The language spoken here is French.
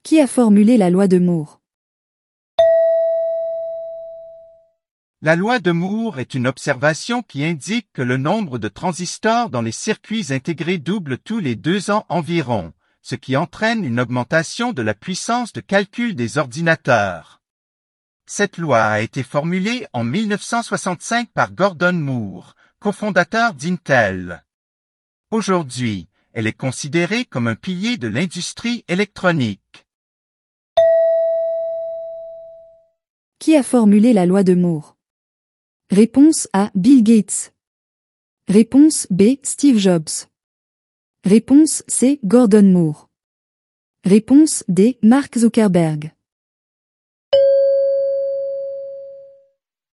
Qui a formulé la loi de Moore? La loi de Moore est une observation qui indique que le nombre de transistors dans les circuits intégrés double tous les 2 ans environ, ce qui entraîne une augmentation de la puissance de calcul des ordinateurs. Cette loi a été formulée en 1965 par Gordon Moore, cofondateur d'Intel. Aujourd'hui, elle est considérée comme un pilier de l'industrie électronique. Qui a formulé la loi de Moore? Réponse A. Bill Gates. Réponse B. Steve Jobs. Réponse C. Gordon Moore. Réponse D. Mark Zuckerberg.